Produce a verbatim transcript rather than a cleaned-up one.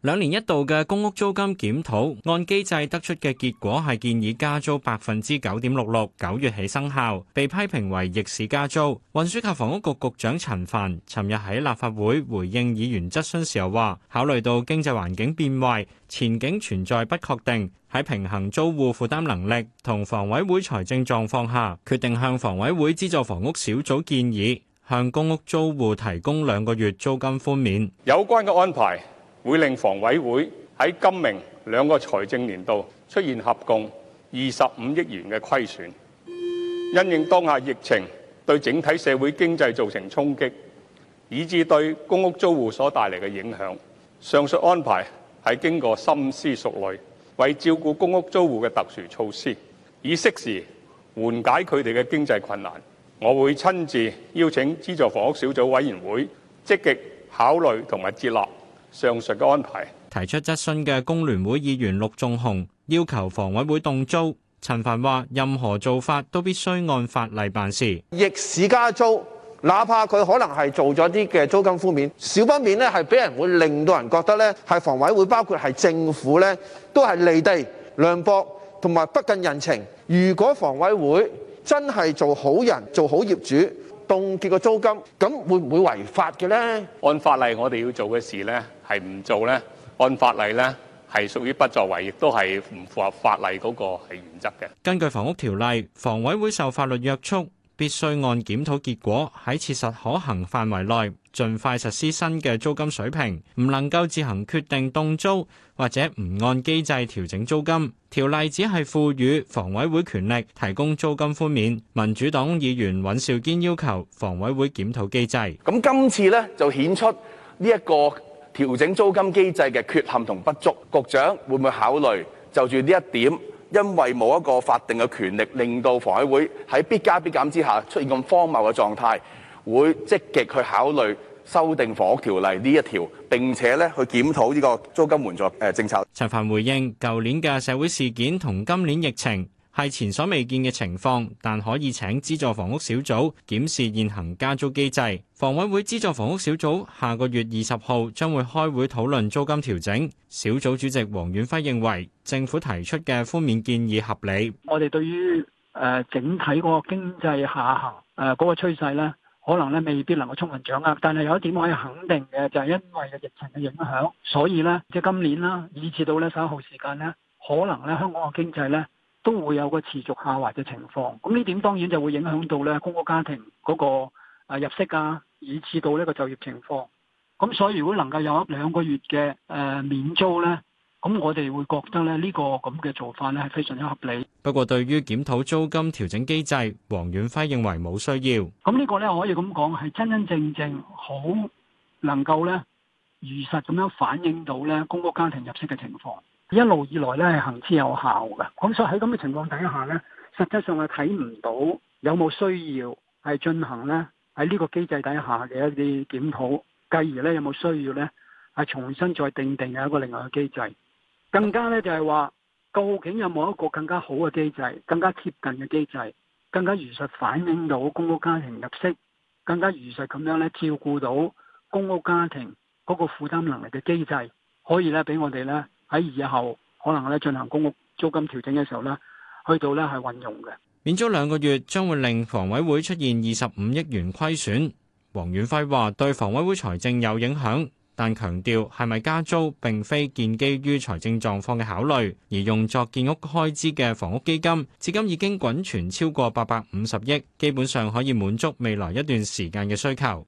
兩年一度嘅公屋租金檢討，按機制得出嘅結果係建議加租百分之九點六六，九月起生效，被批評為逆市加租。運輸及房屋局局長陳帆尋日喺立法會回應議員質詢時候話，考慮到經濟環境變壞，前景存在不確定，喺平衡租戶負擔能力同房委會財政狀況下，決定向房委會資助房屋小組建議，向公屋租戶提供兩個月租金寬免。 有關嘅安排會令房委會喺今明兩個財政年度出現合共二十五億元嘅虧損。因應當下疫情對整體社會經濟造成衝擊，以致對公屋租戶所帶嚟嘅影響，上述安排係經過深思熟慮，為照顧公屋租戶嘅特殊措施，以適時緩解佢哋嘅經濟困難。我會親自邀請資助房屋小組委員會積極考慮同埋接納上述嘅安排。 提出質詢嘅工聯會議員陸頌雄要求房委會凍租，陳帆話任何做法都必須按法例辦事。 逆市加租，哪怕佢可能係做咗啲嘅租金寬免，少不免咧係俾人會令到人覺得咧係房委會包括係政府咧都係離地涼薄同埋不近人情。如果房委會真係做好人做好業主，凍結個租金，咁會唔會違法嘅呢？ 按法例我哋要做嘅事呢係唔做呢，按法例呢係屬於不作為，亦都係唔符合法例嗰個係原則嘅。 根據房屋條例，房委會受法律約束，必須按檢討結果喺切實可行範圍內，盡快實施新嘅租金水平，唔能夠自行決定凍租或者唔按機制調整租金。條例只係賦予房委會權力提供租金寬免。民主黨議員尹兆堅要求房委會檢討機制。 咁今次呢就顯出呢一個調整租金機制嘅缺陷同不足。局長會唔會考慮就住呢一點？因為冇一個法定嘅權力，令到房委會喺必加必減之下出現咁荒謬嘅狀態，會積極去考慮修訂房屋條例呢一條，並且咧去檢討呢個租金援助誒政策。 陳帆回應，舊年嘅社會事件同今年疫情係前所未見嘅情況，但可以請資助房屋小組檢視現行加租機制。房委會資助房屋小組下個月二十號將會開會討論租金調整。小組主席黃遠輝認為政府提出嘅寬免建議合理。 我哋對於誒整體嗰個經濟下行誒嗰個趨勢咧，可能咧未必能夠充分掌握。但係有一點可以肯定嘅就係因為疫情嘅影響，所以咧即係今年啦，以至到咧十一號時間咧，可能咧香港嘅經濟咧都會有個持續下滑嘅情況。咁呢點當然就會影響到咧公屋家庭嗰個誒入息啊，以至到呢個就業情況。咁所以如果能夠有一兩個月嘅誒免租咧，咁我哋會覺得咧呢個咁嘅做法咧係非常之合理。 不過對於檢討租金調整機制，黃遠輝認為冇需要。 咁呢個咧可以咁講係真真正正好能夠咧如實咁樣反映到咧公屋家庭入息嘅情況。一路以來咧係行之有效嘅。咁所以喺咁嘅情況底下咧，實際上係睇唔到有冇需要係進行咧喺呢個機制底下嘅一啲檢討，繼而咧有冇需要咧係重新再訂定嘅一個另外嘅機制。更加咧就係話，究竟有冇一個更加好嘅機制，更加貼近嘅機制，更加如實反映到公屋家庭入息，更加如實咁樣咧照顧到公屋家庭嗰個負擔能力嘅機制，可以咧俾我哋咧喺以後可能咧進行公屋租金調整嘅時候咧，去到咧係運用嘅。 免租兩個月將會令房委會出現二十五億元虧損。黃遠輝話對房委會財政有影響，但強調係咪加租並非建基於財政狀況嘅考慮，而用作建屋開支嘅房屋基金，至今已經滾存超過八百五十億，基本上可以滿足未來一段時間嘅需求。